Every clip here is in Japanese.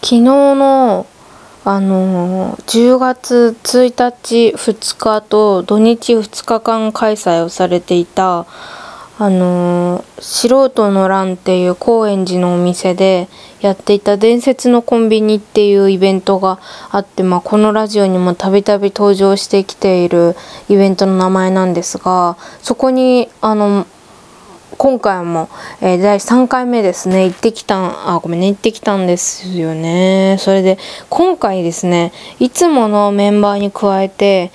昨日の10月1日2日と土日2日間開催をされていた素人の欄っていう高円寺のお店でやっていた伝説のコンビニっていうイベントがあって、このラジオにもたびたび登場してきているイベントの名前なんですが、そこに今回も、第3回目ですね、行ってきたんですよね。それで今回ですね、いつものメンバーに加えて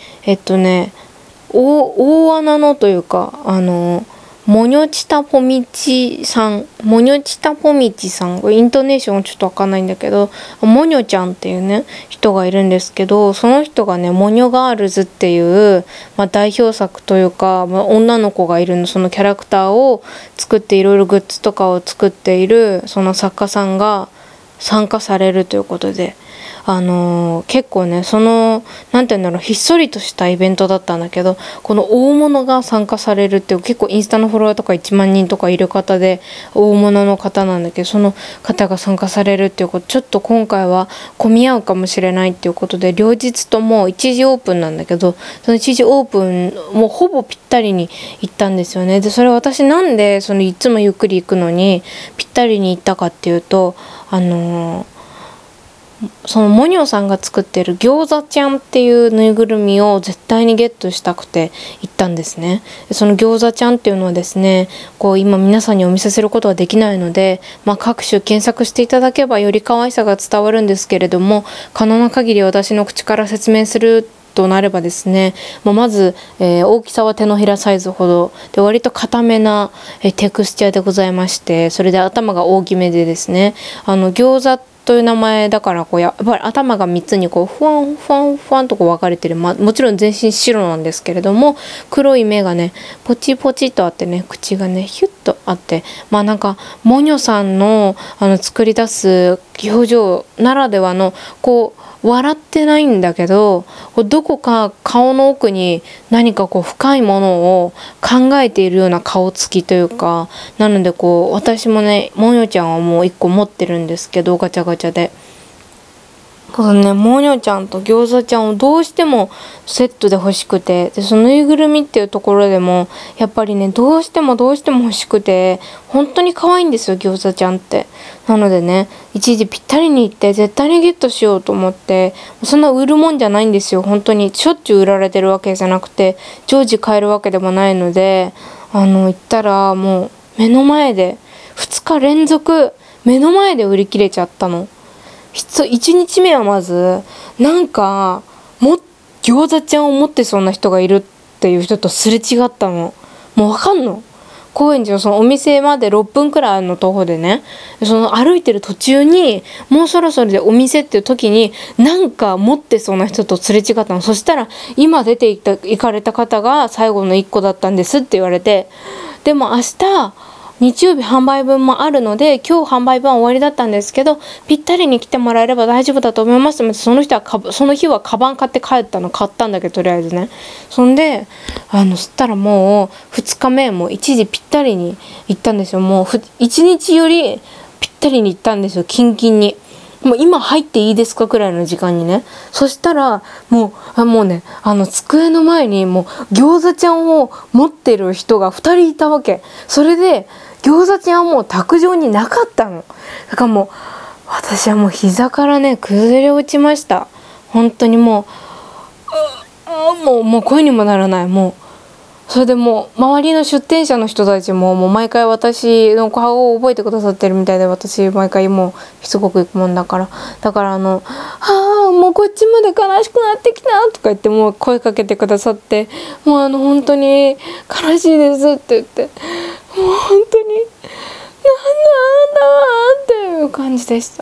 大穴のというかモニョチタポミチさん、これイントネーションちょっとわかんないんだけど、モニョちゃんっていうね人がいるんですけど、その人がねモニョガールズっていう、代表作というか、女の子がいるそのキャラクターを作っていろいろグッズとかを作っているその作家さんが参加されるということで、結構ねひっそりとしたイベントだったんだけど、この大物が参加されるっていう、結構インスタのフォロワーとか1万人とかいる方で大物の方なんだけど、その方が参加されるっていうこと、ちょっと今回は混み合うかもしれないっていうことで、両日とも一時オープンなんだけど、その一時オープンもうほぼぴったりに行ったんですよね。でそれ私なんでいつもゆっくり行くのにぴったりに行ったかっていうと、そのモニョさんが作ってる餃子ちゃんっていうぬいぐるみを絶対にゲットしたくて行ったんですね。その餃子ちゃんっていうのはですね、今皆さんにお見せすることはできないので、各種検索していただけばより可愛さが伝わるんですけれども、可能な限り私の口から説明するとなればですね、まず、大きさは手のひらサイズほどで、割と固めな、テクスチャーでございまして、それで頭が大きめでですね、餃子という名前だからやっぱり頭が3つにふわんふわんふわんと分かれてる、もちろん全身白なんですけれども、黒い目がねポチポチとあってね、口がねヒュッとあって、モニョさんの作り出す表情ならではの笑ってないんだけど、どこか顔の奥に何か深いものを考えているような顔つきというか、なので私もねモニョちゃんはもう1個持ってるんですけど、ガチャガチャで。モニョちゃんと餃子ちゃんをどうしてもセットで欲しくて、でそのぬいぐるみっていうところでもやっぱりねどうしても欲しくて、本当に可愛いんですよ餃子ちゃんって。なのでね、一時ぴったりに行って絶対にゲットしようと思って、そんな売るもんじゃないんですよ。本当にしょっちゅう売られてるわけじゃなくて、常時買えるわけでもないので、行ったらもう目の前で2日連続目の前で売り切れちゃったの。1日目はまず餃子ちゃんを持ってそうな人がいるっていう人とすれ違ったの。もう分かんの、高円寺のそのお店まで6分くらいの徒歩でね、その歩いてる途中にもうそろそろでお店っていう時に持ってそうな人とすれ違ったの。そしたら今出て行かれた方が最後の1個だったんですって言われて、でも明日日曜日販売分もあるので、今日販売分は終わりだったんですけど、ぴったりに来てもらえれば大丈夫だと思います。その日はカバン買ったんだけど、とりあえずね。そんでそしたらもう2日目も1時ぴったりに行ったんですよ。もう1日よりぴったりに行ったんですよ、キンキンに。もう今入っていいですかくらいの時間にね。そしたらもうね机の前にもう餃子ちゃんを持ってる人が2人いたわけ。それで餃子ちゃんはもう卓上になかったの。だからもう私はもう膝からね崩れ落ちました。本当にもう声にもならない。もうそれでもう周りの出店者の人たちも毎回私の顔を覚えてくださってるみたいで、私毎回もうしつこく行くもんだからもうこっちまで悲しくなってきたとか言ってもう声かけてくださって、もう本当に悲しいですって言って、もう本当になんだっていう感じでした。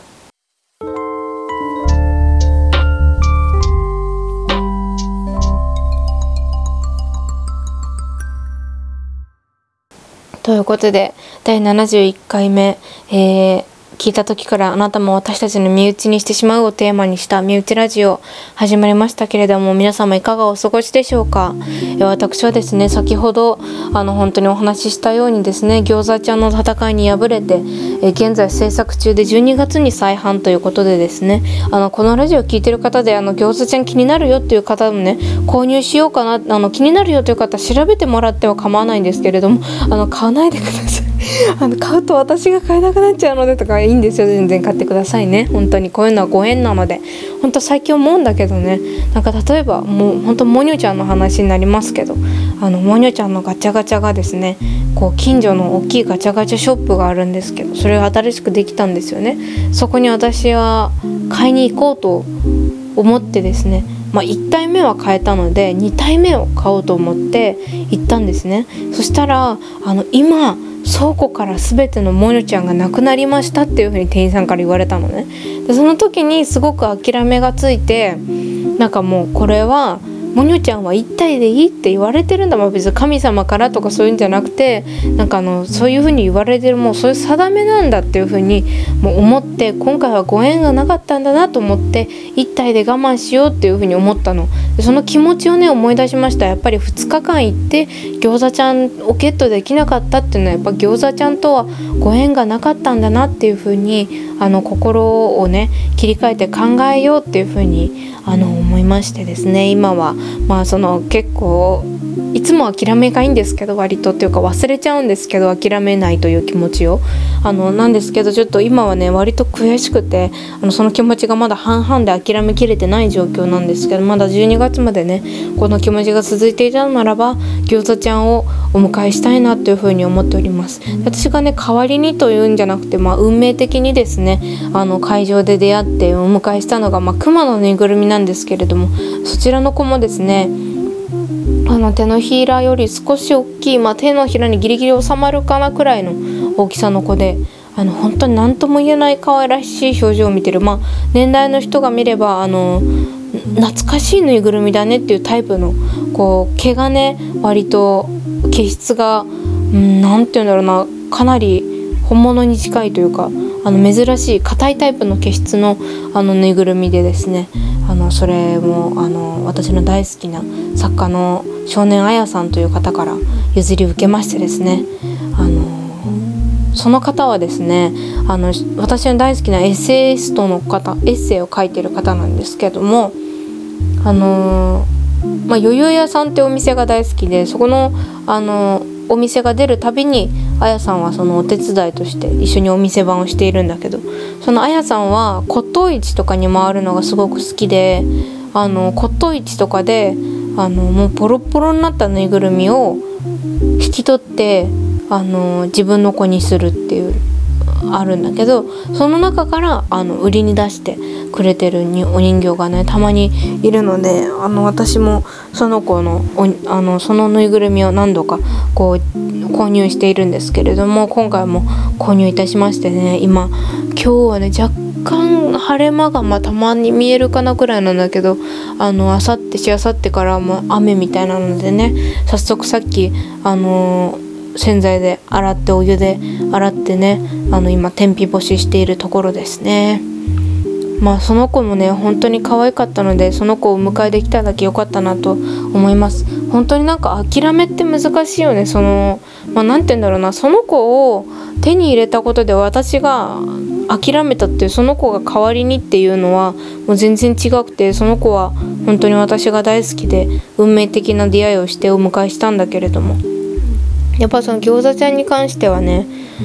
ということで第71回目、 聞いた時からあなたも私たちの身内にしてしまうをテーマにした身内ラジオ始まりましたけれども、皆様いかがお過ごしでしょうか。私はですね、先ほど本当にお話ししたようにですね、餃子ちゃんの戦いに敗れて、現在制作中で12月に再販ということでですね、このラジオ聞いてる方で餃子ちゃん気になるよっていう方もね、購入しようかな、気になるよという方調べてもらっては構わないんですけれども、買わないでください買うと私が買えなくなっちゃうのでとか、いいんですよ、全然買ってくださいね。本当にこういうのはご縁なので。本当最近思うんだけどね、なんか例えばもう本当モニョちゃんの話になりますけど、モニョちゃんのガチャガチャがですね、こう近所の大きいガチャガチャショップがあるんですけど、それが新しくできたんですよね。そこに私は買いに行こうと思ってですね、1体目は買えたので2体目を買おうと思って行ったんですね。そしたら今倉庫から全てのモニョちゃんがなくなりましたっていう風に店員さんから言われたのね。でその時にすごく諦めがついて、なんかもうこれはモニョちゃんは1体でいいって言われてるんだ、別に神様からとかそういうんじゃなくて、なんかそういう風に言われてる、もうそういう定めなんだっていう風にもう思って、今回はご縁がなかったんだなと思って1体で我慢しようっていう風に思ったので、その気持ちをね思い出しました。やっぱり2日間行って餃子ちゃんをゲットできなかったっていうのは、やっぱ餃子ちゃんとはご縁がなかったんだなっていう風に心をね切り替えて考えようっていう風に思いましてですね、今は結構いつも諦めがいいんですけど、割とっていうか忘れちゃうんですけど、諦めないという気持ちをなんですけど、ちょっと今はね割と悔しくてその気持ちがまだ半々で諦めきれてない状況なんですけど、まだ12月までねこの気持ちが続いていたならば餃子ちゃんをお迎えしたいなというふうに思っております。私がね代わりにというんじゃなくて、運命的にですね会場で出会ってお迎えしたのが、熊のぬいぐるみなんですけれども、そちらの子もですね手のひらより少し大きい、手のひらにギリギリ収まるかなくらいの大きさの子で、本当に何とも言えない可愛らしい表情を見てる、年代の人が見れば懐かしいぬいぐるみだねっていうタイプの毛がね割と毛質がなんていうんだろうな、かなり本物に近いというか珍しい硬いタイプの毛質のぬいぐるみでですね、それも私の大好きな作家の少年あやさんという方から譲り受けましてですね、その方はですね私の大好きなエッセイストの方、エッセイを書いてる方なんですけども、よよ屋さんってお店が大好きで、そこのお店が出るたびにあやさんはそのお手伝いとして一緒にお店番をしているんだけど、そのあやさんは骨董市とかに回るのがすごく好きで、骨董市とかでもうポロポロになったぬいぐるみを引き取って自分の子にするっていうあるんだけど、その中から売りに出してくれてるお人形がねたまにいるので、私もその子のそのぬいぐるみを何度か購入しているんですけれども、今回も購入いたしましてね、今日はね若干晴れ間がたまに見えるかなくらいなんだけど、あさってしあさってからも雨みたいなのでね、早速さっき洗剤で洗ってお湯で洗ってね今天日干ししているところですね。その子もね本当に可愛かったので、その子をお迎えできただけ良かったなと思います。本当になんか諦めって難しいよね。なんて言うんだろうな、その子を手に入れたことで私が諦めたっていう、その子が代わりにっていうのはもう全然違くて、その子は本当に私が大好きで運命的な出会いをしてお迎えしたんだけれども、やっぱその餃子ちゃんに関してはね、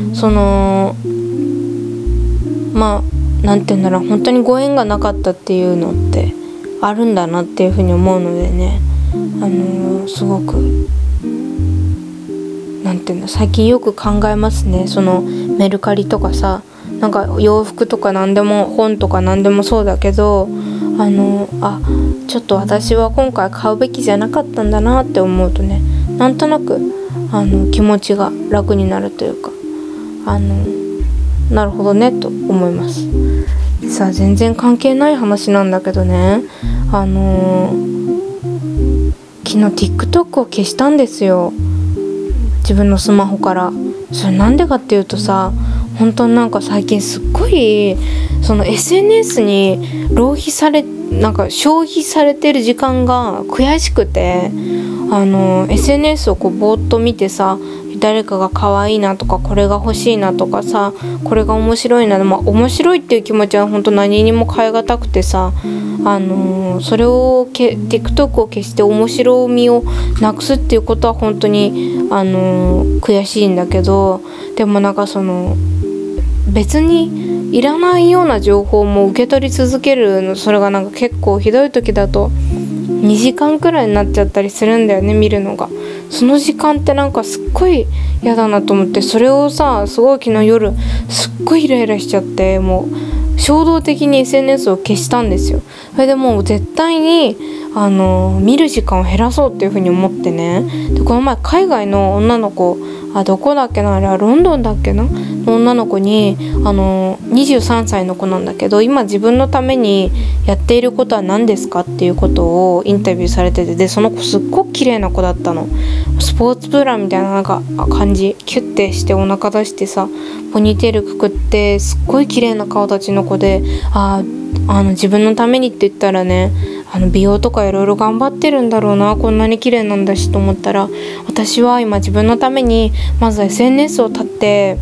なんて言うんだろう、本当にご縁がなかったっていうのってあるんだなっていうふうに思うのでね、すごくなんていうの、最近よく考えますね。そのメルカリとかさ、なんか洋服とか何でも本とか何でもそうだけど、ちょっと私は今回買うべきじゃなかったんだなって思うとね、なんとなく気持ちが楽になるというか、なるほどねと思います。さあ全然関係ない話なんだけどね、昨日 TikTok を消したんですよ、自分のスマホから。それなんでかっていうとさ、 本当になんか最近すっごいその SNS に消費されてる時間が悔しくて、SNS をこうぼーっと見てさ、誰かが可愛いなとかこれが欲しいなとかさ、これが面白いな、面白いっていう気持ちは本当何にも変えがたくてさ、それをTikTok を消して面白みをなくすっていうことは本当に悔しいんだけど、でもなんかその別にいらないような情報も受け取り続けるの、それがなんか結構ひどい時だと2時間くらいになっちゃったりするんだよね、見るのが。その時間ってなんかすっごい嫌だなと思って、それをさすごい昨日夜すっごいイライラしちゃって、もう衝動的に SNS を消したんですよ。それでもう絶対に見る時間を減らそうっていう風に思ってね。でこの前海外の女の子、どこだっけな、あれはロンドンだっけな、女の子に23歳の子なんだけど、今自分のためにやっていることは何ですかっていうことをインタビューされてて、でその子すっごく綺麗な子だったの。スポーツブラみたいななんか感じ、キュッてしてお腹出してさ、ポニーテールくくってすっごい綺麗な顔立ちの子で、自分のためにって言ったらね、美容とかいろいろ頑張ってるんだろうな、こんなに綺麗なんだしと思ったら、私は今自分のためにまず SNS を立って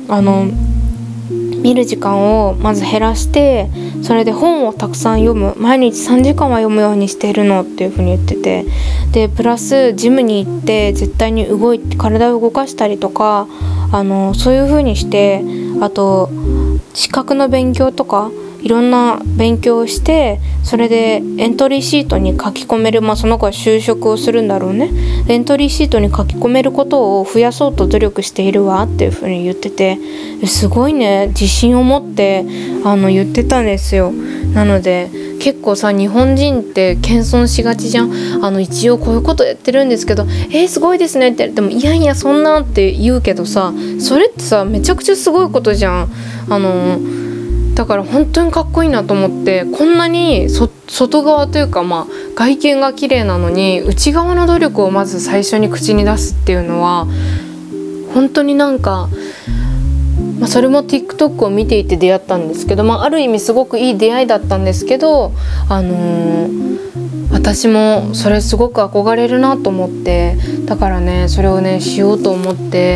見る時間をまず減らして、それで本をたくさん読む、毎日3時間は読むようにしているのっていう風に言ってて、でプラスジムに行って絶対に体を動かしたりとか、そういう風にして、あと資格の勉強とかいろんな勉強をして、それでエントリーシートに書き込める、その子は就職をするんだろうね。エントリーシートに書き込めることを増やそうと努力しているわっていうふうに言ってて、すごいね、自信を持って言ってたんですよ。なので結構さ、日本人って謙遜しがちじゃん。一応こういうことやってるんですけど、すごいですねって言っても、いやいやそんなって言うけどさ、それってさめちゃくちゃすごいことじゃん。だから本当にかっこいいなと思って、こんなに外側というか外見が綺麗なのに内側の努力をまず最初に口に出すっていうのは本当になんか、それも TikTok を見ていて出会ったんですけど、ある意味すごくいい出会いだったんですけど、私もそれすごく憧れるなと思って、だからねそれをねしようと思って、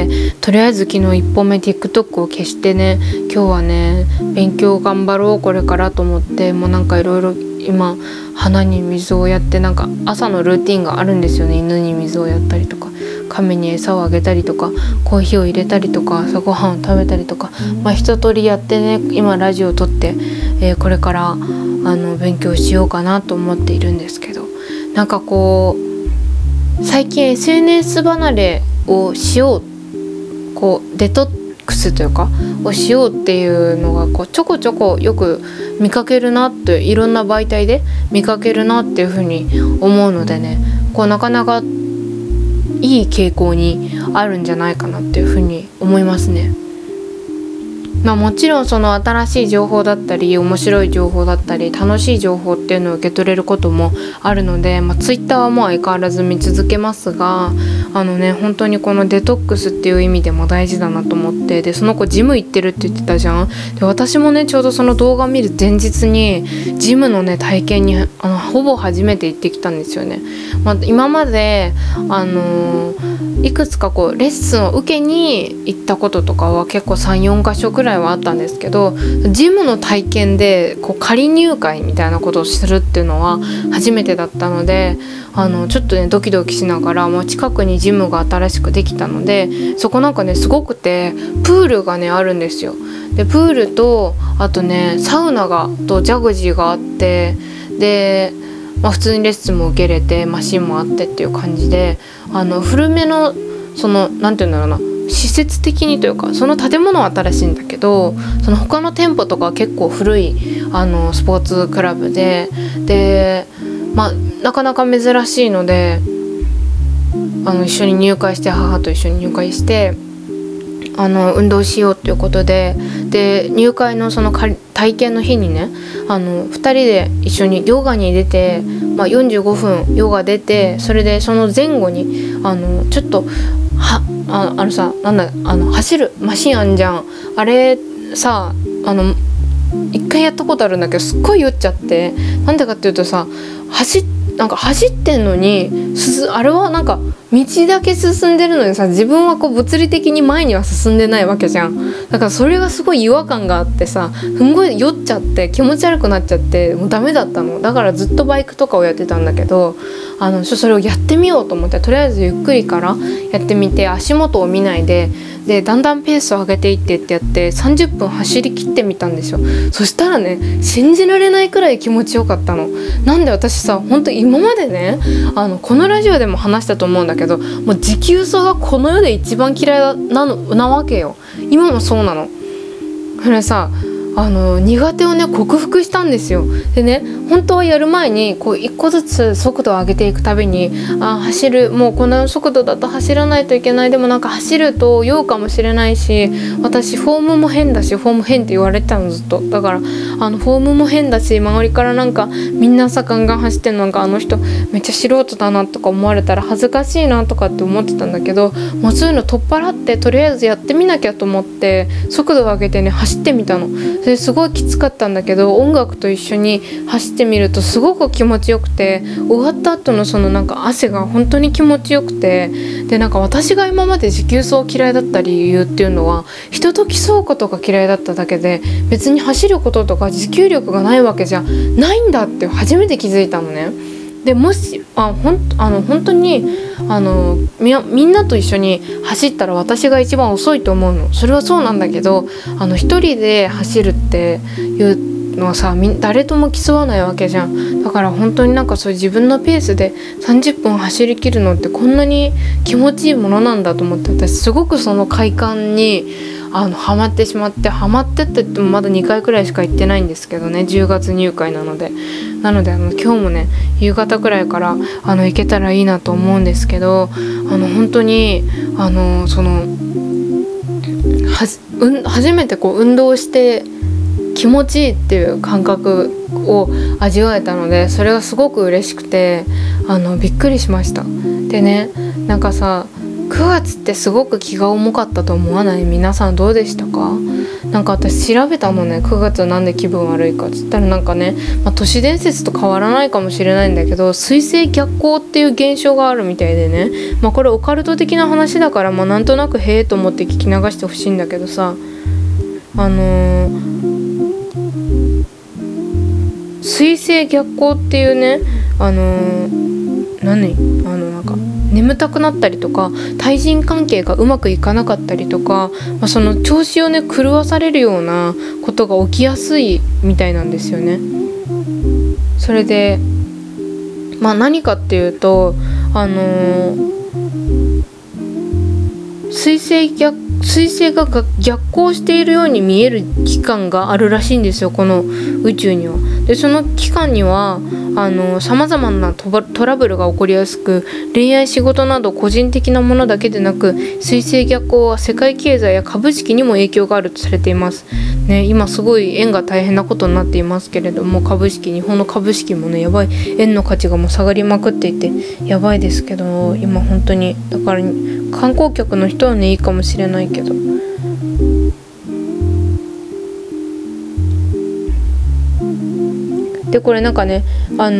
とりあえず昨日1本目 TikTok を消してね、今日はね勉強頑張ろうこれからと思って、もうなんかいろいろ今花に水をやって、なんか朝のルーティンがあるんですよね。犬に水をやったりとか、亀に餌をあげたりとか、コーヒーを入れたりとか、朝ごはんを食べたりとか、一通りやってね、今ラジオを撮って、これから勉強しようかなと思っているんですけど、なんかこう最近 SNS 離れをしよう、デトックスというかをしようっていうのがちょこちょこよく見かけるなって、いろんな媒体で見かけるなっていうふうに思うのでね、なかなかいい傾向にあるんじゃないかなっていうふうに思いますね。もちろんその新しい情報だったり面白い情報だったり楽しい情報っていうのを受け取れることもあるので、Twitter はもう相変わらず見続けますが、本当にこのデトックスっていう意味でも大事だなと思って、でその子ジム行ってるって言ってたじゃん。で私もねちょうどその動画見る前日にジムのね体験にほぼ初めて行ってきたんですよね。今までいくつかレッスンを受けに行ったこととかは結構 3,4 箇所くらいはあったんですけど、ジムの体験で仮入会みたいなことをするっていうのは初めてだったので、ちょっとねドキドキしながら、近くにジムが新しくできたので、そこなんかねすごくて、プールがねあるんですよ。でプールとあとねサウナとジャグジーがあって、で普通にレッスンも受けれてマシンもあってっていう感じで、古めのなんていうんだろうな、施設的にというか、その建物は新しいんだけど、その他の店舗とかは結構古いスポーツクラブでなかなか珍しいので、一緒に入会して、母と一緒に入会して運動しようということで、入会のその体験の日にね2人で一緒にヨガに出て、45分ヨガ出て、それでその前後にちょっとのさ、なんだ走るマシンあんじゃん。あれさ、一回やったことあるんだけど、すっごい酔っちゃって、なんでかっていうとさ、走ってんのにあれはなんか道だけ進んでるのにさ、自分はこう物理的に前には進んでないわけじゃん。だからそれがすごい違和感があってさ、すんごい酔っちゃって気持ち悪くなっちゃって、もうダメだったの。だからずっとバイクとかをやってたんだけど、それをやってみようと思って、とりあえずゆっくりからやってみて、足元を見ないでだんだんペースを上げていってやって30分走り切ってみたんですよ。そしたらね、信じられないくらい気持ちよかったの。なんで私さ、本当今までね、このラジオでも話したと思うんだけど、もう持久走がこの世で一番嫌いなわけよ。今もそうなの。それさ、苦手をね克服したんですよ。でね、本当はやる前にこう一個ずつ速度を上げていくたびに、走る、もうこの速度だと走らないといけない、でもなんか走ると酔うかもしれないし、私フォームも変だし、フォーム変って言われてたのずっと。だからフォームも変だし、周りからなんかみんなさガンガン走ってんの、なんかあの人めっちゃ素人だなとか思われたら恥ずかしいなとかって思ってたんだけど、もうそういうの取っ払ってとりあえずやってみなきゃと思って速度を上げてね走ってみたの。すごいきつかったんだけど、音楽と一緒に走ってみるとすごく気持ちよくて、終わった後のそのなんか汗が本当に気持ちよくて、でなんか私が今まで持久走嫌いだった理由っていうのは、人と競うことが嫌いだっただけで、別に走ることとか持久力がないわけじゃないんだって初めて気づいたのね。でもし本当にみんなと一緒に走ったら私が一番遅いと思うの。それはそうなんだけど、一人で走るっていうのはさ、誰とも競わないわけじゃん。だから本当になんかそういう自分のペースで30分走り切るのってこんなに気持ちいいものなんだと思って、私すごくその快感にハマってしまって、ハマってって言ってもまだ2回くらいしか行ってないんですけどね、10月入会なので今日もね夕方くらいから行けたらいいなと思うんですけど、本当に初めてこう運動して気持ちいいっていう感覚を味わえたので、それがすごく嬉しくてびっくりしました。でね、なんかさ、9月ってすごく気が重かったと思わない？皆さんどうでしたか？なんか私調べたのね、9月なんで気分悪いかっつったら、なんかね、都市伝説と変わらないかもしれないんだけど、水星逆行っていう現象があるみたいでね、これオカルト的な話だから、なんとなくへえと思って聞き流してほしいんだけどさ、水星逆行っていうね、なんか眠たくなったりとか、対人関係がうまくいかなかったりとか、その調子をね狂わされるようなことが起きやすいみたいなんですよね。それで何かっていうと、水星が逆行しているように見える期間があるらしいんですよ、この宇宙には。でその期間には様々なトラブルが起こりやすく、恋愛、仕事など個人的なものだけでなく、水星逆行は世界経済や株式にも影響があるとされていますね。今すごい円が大変なことになっていますけれども、日本の株式もねやばい、円の価値がもう下がりまくっていてやばいですけど、今本当にだから観光客の人はねいいかもしれないけど、でこれなんかね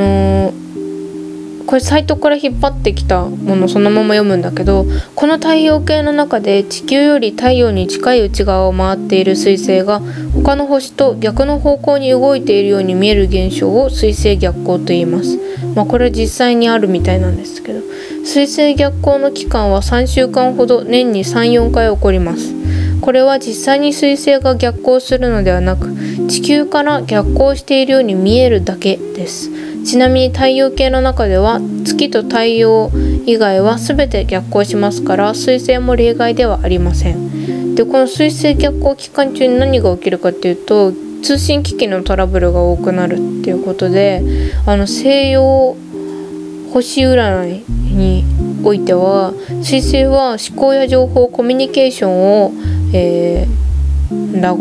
これサイトから引っ張ってきたものそのまま読むんだけど、この太陽系の中で地球より太陽に近い内側を回っている水星が他の星と逆の方向に動いているように見える現象を水星逆行と言います。これは実際にあるみたいなんですけど、水星逆行の期間は3週間ほど年に 3,4 回起こります。これは実際に水星が逆行するのではなく、地球から逆行しているように見えるだけです。ちなみに太陽系の中では月と太陽以外は全て逆行しますから、水星も例外ではありません。でこの水星逆行期間中に何が起きるかっていうと、通信機器のトラブルが多くなるっていうことで、西洋星占いにおいては水星は思考や情報、コミュニケーションを漢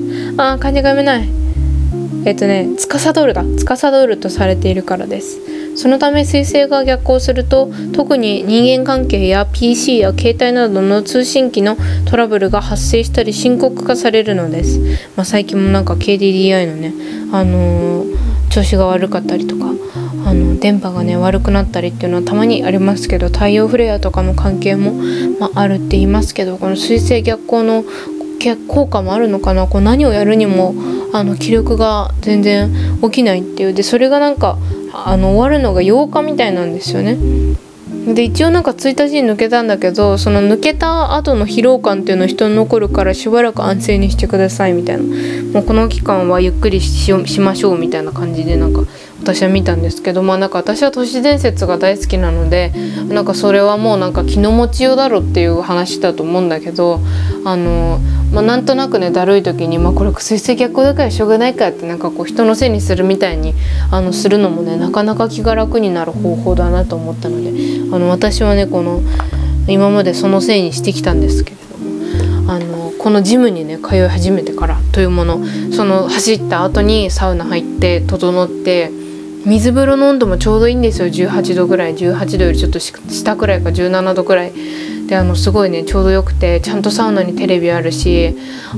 字が読めない。司るとされているからです。 そのため彗星が逆行すると、特に人間関係や PC や携帯などの通信機のトラブルが発生したり深刻化されるのです。最近もなんか KDDI のね、調子が悪かったりとか、電波がね悪くなったりっていうのはたまにありますけど、太陽フレアとかの関係も、あるって言いますけど、この彗星逆行の効果もあるのかな。何をやるにも気力が全然起きないっていう。でそれがなんか終わるのが8日みたいなんですよね。で一応なんか1日に抜けたんだけど、その抜けた後の疲労感っていうの人に残るから、しばらく安静にしてくださいみたいな、もうこの期間はゆっくりしましょうみたいな感じでなんか私は見たんですけど、なんか私は都市伝説が大好きなので、なんかそれはもうなんか気の持ちようだろっていう話だと思うんだけど、なんとなくねだるい時に、これ彗星逆行だからしょうがないかってなんか人のせいにするみたいにするのもね、なかなか気が楽になる方法だなと思ったので、私はね今までそのせいにしてきたんですけれども、このジムにね通い始めてからというもの、その走った後にサウナ入って整って、水風呂の温度もちょうどいいんですよ。18度ぐらい、18度よりちょっと下くらいか17度くらいですごいねちょうどよくて、ちゃんとサウナにテレビあるし、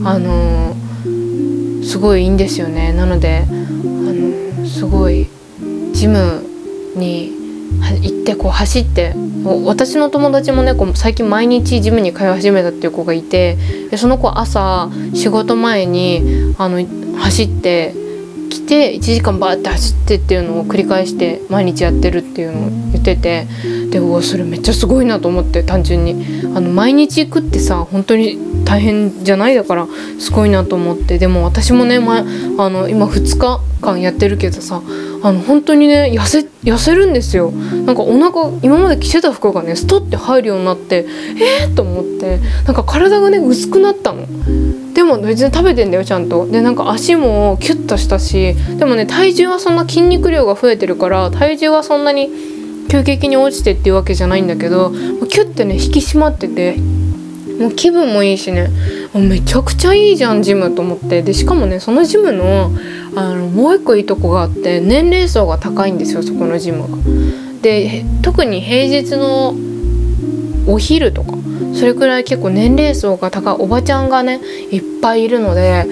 すごいいいんですよね。なのですごいジムに行って走って、私の友達もね最近毎日ジムに通い始めたっていう子がいて、でその子朝仕事前に走って来て1時間バーって走ってっていうのを繰り返して毎日やってるっていうのを言ってて、でそれめっちゃすごいなと思って、単純に毎日行くってさ本当に大変じゃない、だからすごいなと思って。でも私もね、今2日間やってるけどさ、本当にね痩せるんですよ。なんかお腹今まで着てた服がねストッて入るようになって、と思って、なんか体がね薄くなったの。でも別に食べてんだよちゃんと。でなんか足もキュッとしたし、でもね体重はそんな筋肉量が増えてるから、体重はそんなに急激に落ちてっていうわけじゃないんだけど、キュッてね引き締まってて、もう気分もいいしね、めちゃくちゃいいじゃんジムと思って。でしかもねそのジムのもう一個いいとこがあって、年齢層が高いんですよ、そこのジムが。で特に平日のお昼とかそれくらい結構年齢層が高いおばちゃんがねいっぱいいるので、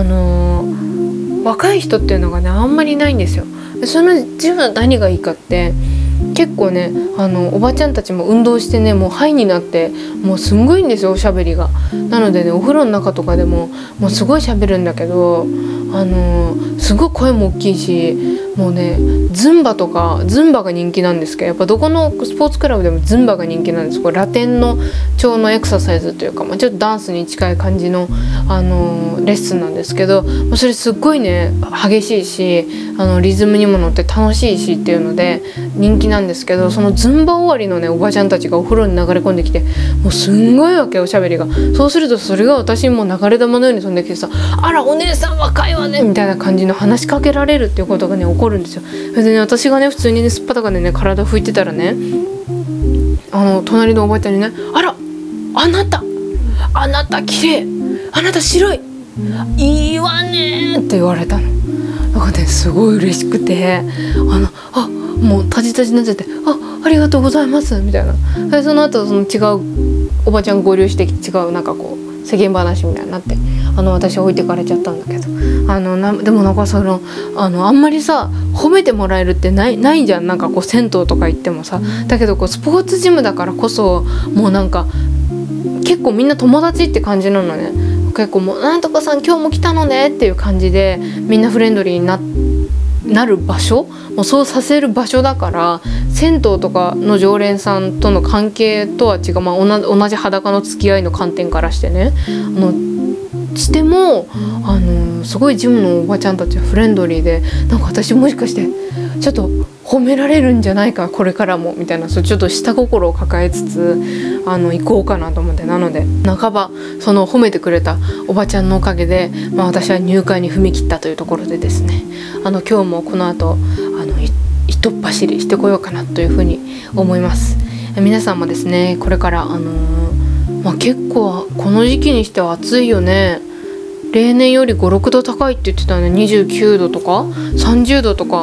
若い人っていうのがねあんまりいないんですよ。そのジムの何がいいかって、結構ねおばちゃんたちも運動してね、もうハイになってもうすんごいんですよおしゃべりが。なのでねお風呂の中とかでももうすごいしゃべるんだけど、すごい声も大きいし、もうねズンバが人気なんですけど、やっぱどこのスポーツクラブでもズンバが人気なんです。これラテンの調のエクササイズというか、ちょっとダンスに近い感じの、レッスンなんですけど、それすっごいね激しいしリズムにも乗って楽しいしっていうので人気なんですけど、そのズンバ終わりのねおばちゃんたちがお風呂に流れ込んできて、もうすんごいわけおしゃべりが。そうするとそれが私にも流れ玉のように飛んできてさ、あらお姉さん若いわねみたいな感じの話しかけられるっていうことがね起こるんですよ。それでね私がね普通にねすっぱだかでね体拭いてたらね、隣のおばちゃんにね、あらあなた綺麗、あなた白い、いいわねって言われたの。なんかねすごい嬉しくて、もうタジタジになっちゃって、ありがとうございますみたいな。でその後その違うおばちゃん合流してきて、違うなんか世間話みたいになって、私は置いてかれちゃったんだけど、でもなんかあんまりさ褒めてもらえるってないじゃん。なんか銭湯とか行ってもさ、だけどスポーツジムだからこそもうなんか結構みんな友達って感じなのね。結構もうなんとかさん今日も来たのねっていう感じでみんなフレンドリーになる場所、もうそうさせる場所だから、銭湯とかの常連さんとの関係とは違う、同じ裸の付き合いの観点からしてねしてもすごいジムのおばちゃんたちはフレンドリーで、なんか私もしかしてちょっと褒められるんじゃないかこれからもみたいな、ちょっと下心を抱えつつ行こうかなと思って。なので半ばその褒めてくれたおばちゃんのおかげで、私は入会に踏み切ったというところでですね、今日もこの後一っ走りしてこようかなというふうに思います。皆さんもですねこれから結構この時期にしては暑いよね。例年より 5,6 度高いって言ってたね。29度とか30度とか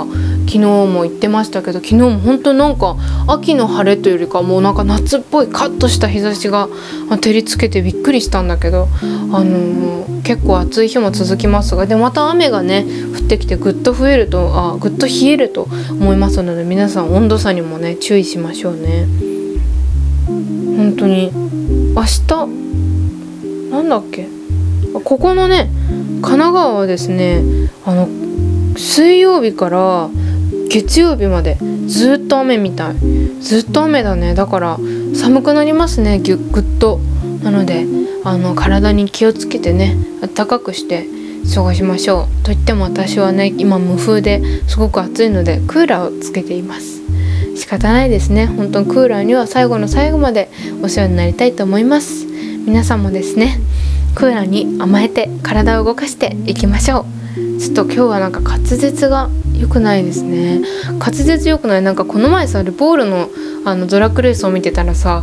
昨日も言ってましたけど、昨日も本当なんか秋の晴れというよりかもうなんか夏っぽいカッとした日差しが照りつけてびっくりしたんだけど、結構暑い日も続きますが、でまた雨がね降ってきてぐっと冷えると思いますので、皆さん温度差にもね注意しましょうね。本当に明日なんだっけ、ここのね神奈川はですね、水曜日から月曜日までずっと雨みたい。ずっと雨だね。だから寒くなりますね、ぐっと。なので体に気をつけてね、暖かくして過ごしましょう。といっても私はね今無風ですごく暑いのでクーラーをつけています。仕方ないですね。本当にクーラーには最後の最後までお世話になりたいと思います。皆さんもですねクーラーに甘えて体を動かしていきましょう。ちょっと今日はなんか滑舌が良くないですね。滑舌良くない。なんかこの前さルポールのドラッグレースを見てたらさ、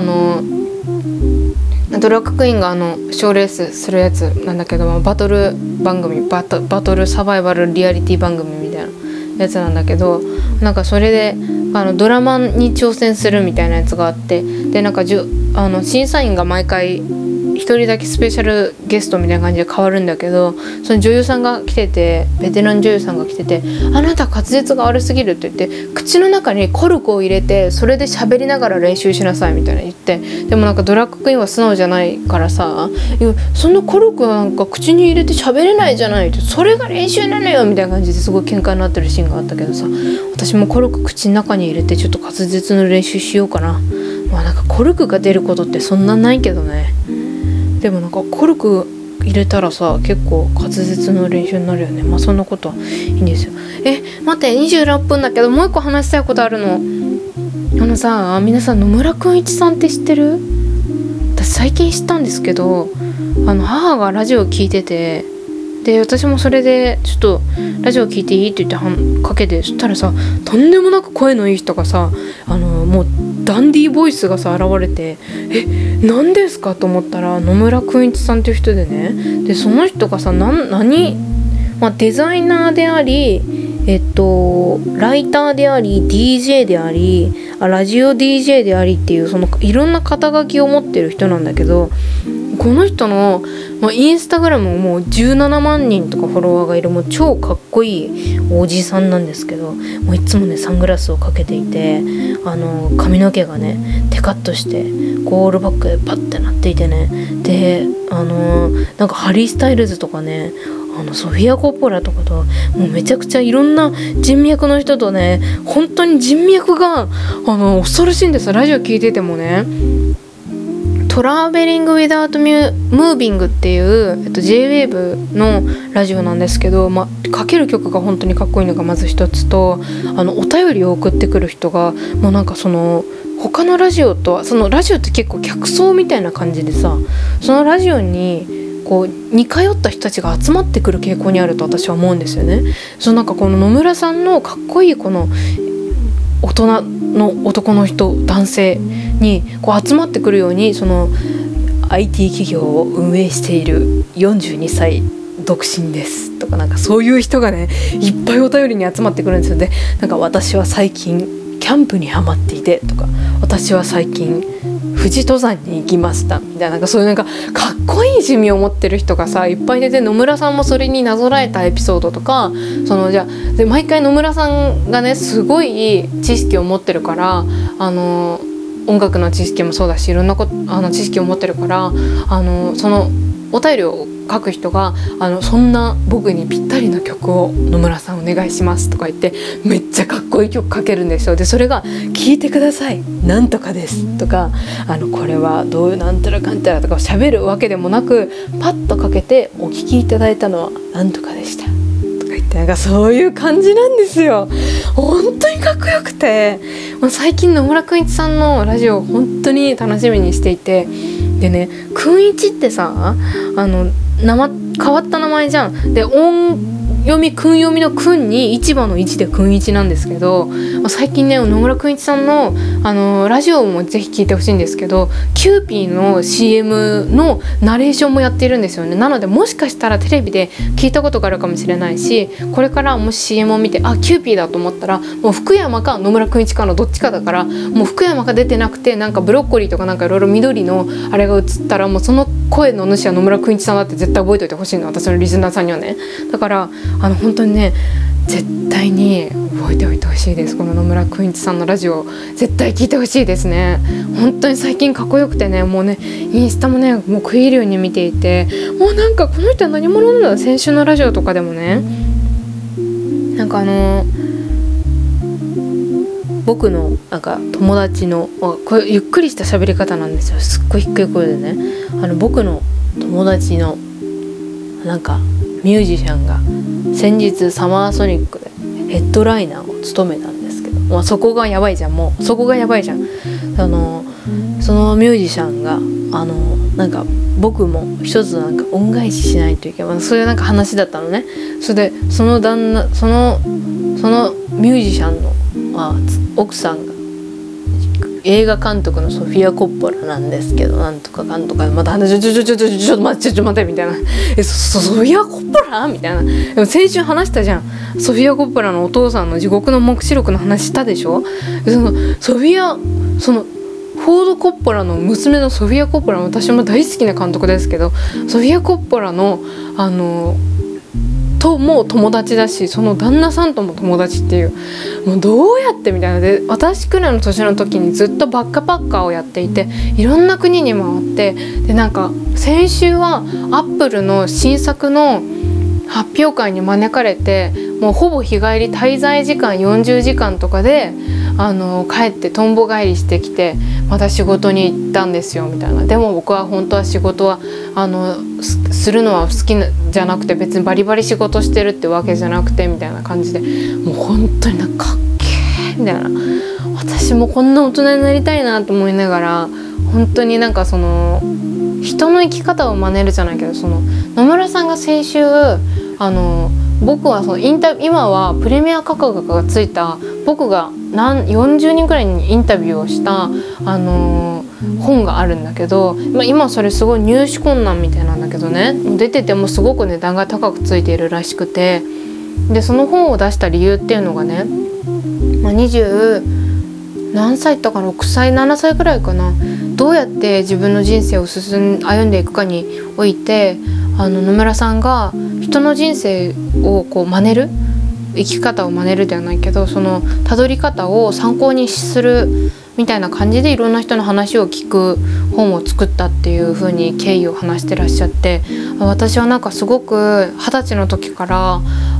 ドラッグクイーンが賞レースするやつなんだけど、バトル番組バトルサバイバルリアリティ番組みたいなやつなんだけど、なんかそれでドラマに挑戦するみたいなやつがあって、でなんか審査員が毎回一人だけスペシャルゲストみたいな感じで変わるんだけど、その女優さんが来てて、ベテラン女優さんが来てて、あなた滑舌が悪すぎるって言って、口の中にコルクを入れてそれで喋りながら練習しなさいみたいな言って、でもなんかドラッグクイーンは素直じゃないからさ、いやそんなコルクなんか口に入れて喋れないじゃないって、それが練習なのよみたいな感じですごい喧嘩になってるシーンがあったけどさ、私もコルク口の中に入れてちょっと滑舌の練習しようかな。なんかコルクが出ることってそんなないけどね。でもなんかコルク入れたらさ結構滑舌の練習になるよね。そんなことはいいんですよ。待って26分だけど、もう一個話したいことあるの。さ皆さん野村くんいちさんって知ってる？私最近知ったんですけど、母がラジオ聞いてて、で私もそれでちょっとラジオ聞いていいって言ってかけて、そしたらさとんでもなく声のいい人がさもうダンディーボイスがさ現れて、何ですかと思ったら野村くんいちさんっていう人でね、でその人がさデザイナーでありライターであり DJ でありラジオ DJ でありっていう、そのいろんな肩書きを持ってる人なんだけど、この人のインスタグラムももう17万人とかフォロワーがいる、もう超かっこいいおじさんなんですけど、もういつもねサングラスをかけていて、髪の毛がねテカッとしてゴールバックでパッてなっていてね、でなんかハリー・スタイルズとかねソフィア・コッポラとかともうめちゃくちゃいろんな人脈の人とね、本当に人脈が恐ろしいんです。ラジオ聞いててもね、トラベリング・ウィダート・ムービングっていう、J-WAVE のラジオなんですけど、かける曲が本当にかっこいいのがまず一つと、お便りを送ってくる人がもうなんかその他のラジオとは、そのラジオって結構客層みたいな感じでさ、そのラジオにこう似通った人たちが集まってくる傾向にあると私は思うんですよね。なんかこの野村さんのかっこいいこの大人の男の人男性にこう集まってくるように、その IT 企業を運営している42歳独身ですとか、なんかそういう人がねいっぱいお便りに集まってくるんですよ。でなんか私は最近キャンプにハマっていてとか、私は最近富士登山に行きましたみたいな、なんかそういうなんかかっこいい趣味を持ってる人がさいっぱい出て、野村さんもそれになぞらえたエピソードとか、で毎回野村さんがねすごい知識を持ってるから、音楽の知識もそうだしいろんな知識を持ってるから、そのお便りを書く人がそんな僕にぴったりの曲を野村さんお願いしますとか言ってめっちゃかっこいい曲書けるんですよ。でそれが聞いてくださいなんとかですとか、これはどういうなんたらかんたらとか喋るわけでもなく、パッとかけてお聞きいただいたのはなんとかでしたとか言って、なんかそういう感じなんですよ。本当にかっこよくて、最近野村くんいちさんのラジオを本当に楽しみにしていて、でねくんいちってさ変わった名前じゃん。で読み訓読みの訓に市場の市で訓一なんですけど、最近ね野村訓一さんのラジオもぜひ聞いてほしいんですけど、キューピーの CM のナレーションもやっているんですよね。なのでもしかしたらテレビで聞いたことがあるかもしれないし、これからもし CM を見てキューピーだと思ったらもう福山か野村訓一かのどっちかだから、もう福山が出てなくてなんかブロッコリーとかなんかいろいろ緑のあれが映ったら、もうその声の主は野村訓一さんだって絶対覚えておいてほしいの、私のリスナーさんにはね。だから本当にね絶対に覚えておいてほしいです。この野村訓一さんのラジオ絶対聞いてほしいですね。本当に最近かっこよくてね、もうねインスタもねもう食い入るように見ていて、もうなんかこの人は何者なんだ。先週のラジオとかでもね、なんか僕のなんか友達のこれゆっくりした喋り方なんですよ。すっごい低い声でね、僕の友達のなんかミュージシャンが先日サマーソニックでヘッドライナーを務めたんですけど、そこがやばいじゃん。もうそこがやばいじゃん。そのミュージシャンがなんか僕も一つなんか恩返ししないといけない、そういうなんか話だったのね。それでそのミュージシャンの、奥さんが映画監督のソフィア・コッポラなんですけど、なんとかかんとかまた話ちょっと待ってみたいな、ソフィア・コッポラみたいな。でも先週話したじゃん、ソフィア・コッポラのお父さんの地獄の黙示録の話したでしょ。フォード・コッポラの娘のソフィア・コッポラも私も大好きな監督ですけど、ソフィア・コッポラのとも友達だし、その旦那さんとも友達っていう、もうどうやってみたいな。で私くらいの年の時にずっとバックパッカーをやっていて、いろんな国に回って、でなんか先週はアップルの新作の発表会に招かれて、もうほぼ日帰り滞在時間40時間とかで帰ってとんぼ返りしてきて、また仕事に行ったんですよみたいな。でも僕は本当は仕事はするのは好きじゃなくて、別にバリバリ仕事してるってわけじゃなくてみたいな感じで、もう本当になんかかっけーみたいな、私もこんな大人になりたいなと思いながら、本当になんか人の生き方を真似るじゃないけど、野村さんが先週僕は今はプレミア価格がついた、僕が40人くらいにインタビューをした本があるんだけど、今それすごい入手困難みたいなんだけどね、出ててもすごく値段が高くついているらしくて、でその本を出した理由っていうのがね、20何歳とか6歳7歳くらいかな、どうやって自分の人生を歩んでいくかにおいて野村さんが人の人生を真似る、生き方を真似るではないけど、そのたどり方を参考にするみたいな感じでいろんな人の話を聞く本を作ったっていう風に経緯を話してらっしゃって、私はなんかすごく20歳の時から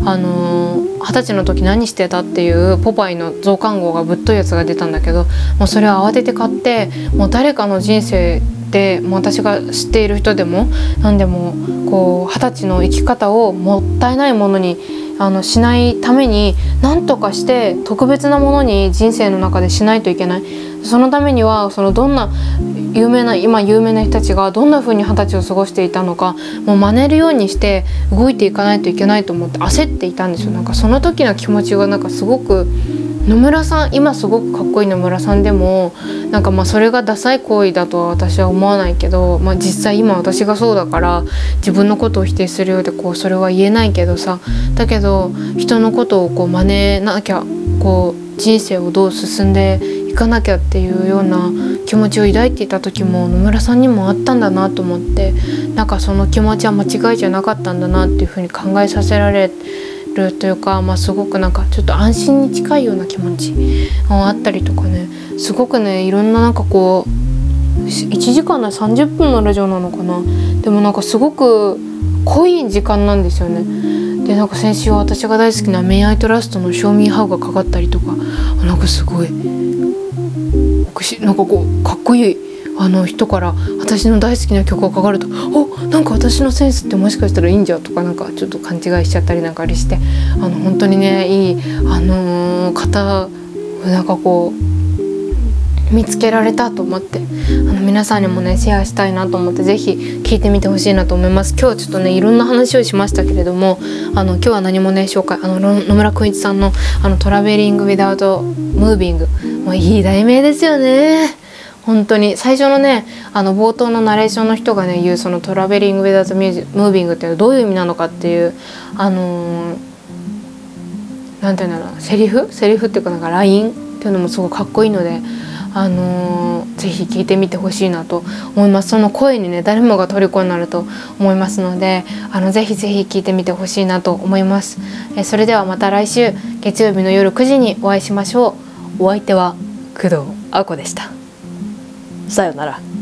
20歳の時何してたっていうポパイの増刊号がぶっといやつが出たんだけど、もうそれを慌てて買って、もう誰かの人生でもう私が知っている人でも何でも20歳の生き方をもったいないものにしないために、何とかして特別なものに人生の中でしないといけない。そのためにはどんな今有名な人たちがどんな風に20歳を過ごしていたのか、もう真似るようにして動いていかないといけないと思って焦っていたんですよ。なんかその時の気持ちがなんかすごく、野村さん今すごくかっこいい野村さんでもなんかそれがダサい行為だとは私は思わないけど、実際今私がそうだから自分のことを否定するようでそれは言えないけどさ、だけど人のことを真似なきゃ人生をどう進んでいかなきゃっていうような気持ちを抱いていた時も野村さんにもあったんだなと思って、なんかその気持ちは間違いじゃなかったんだなっていうふうに考えさせられるというか、すごくなんかちょっと安心に近いような気持ちがあったりとかね、すごくねいろんななんか1時間の30分のラジオなのかな、でもなんかすごく濃い時間なんですよね。でなんか先週は私が大好きなメイアイトラストのショーミーハウがかかったりとか、なんかすごいなんかかっこいい人から私の大好きな曲がかかると、なんか私のセンスってもしかしたらいいんじゃとか、なんかちょっと勘違いしちゃったりなんかして本当にねいい方なんか見つけられたと思って、皆さんにもねシェアしたいなと思って、ぜひ聞いてみてほしいなと思います。今日はちょっとねいろんな話をしましたけれども、今日は何もね紹介、野村君一さんのトラベリング・ウィダウト・ムービング、もういい題名ですよね。本当に最初のね冒頭のナレーションの人がね言うそのトラベリング・ウィダウト・ムービングっていうのはどういう意味なのかっていうなんていうんだろう、セリフっていうかなんかラインっていうのもすごいかっこいいので、ぜひ聞いてみてほしいなと思います。その声にね誰もが虜になると思いますので、ぜひぜひ聞いてみてほしいなと思います。それではまた来週月曜日の夜9時にお会いしましょう。お相手は工藤あこでした。さようなら。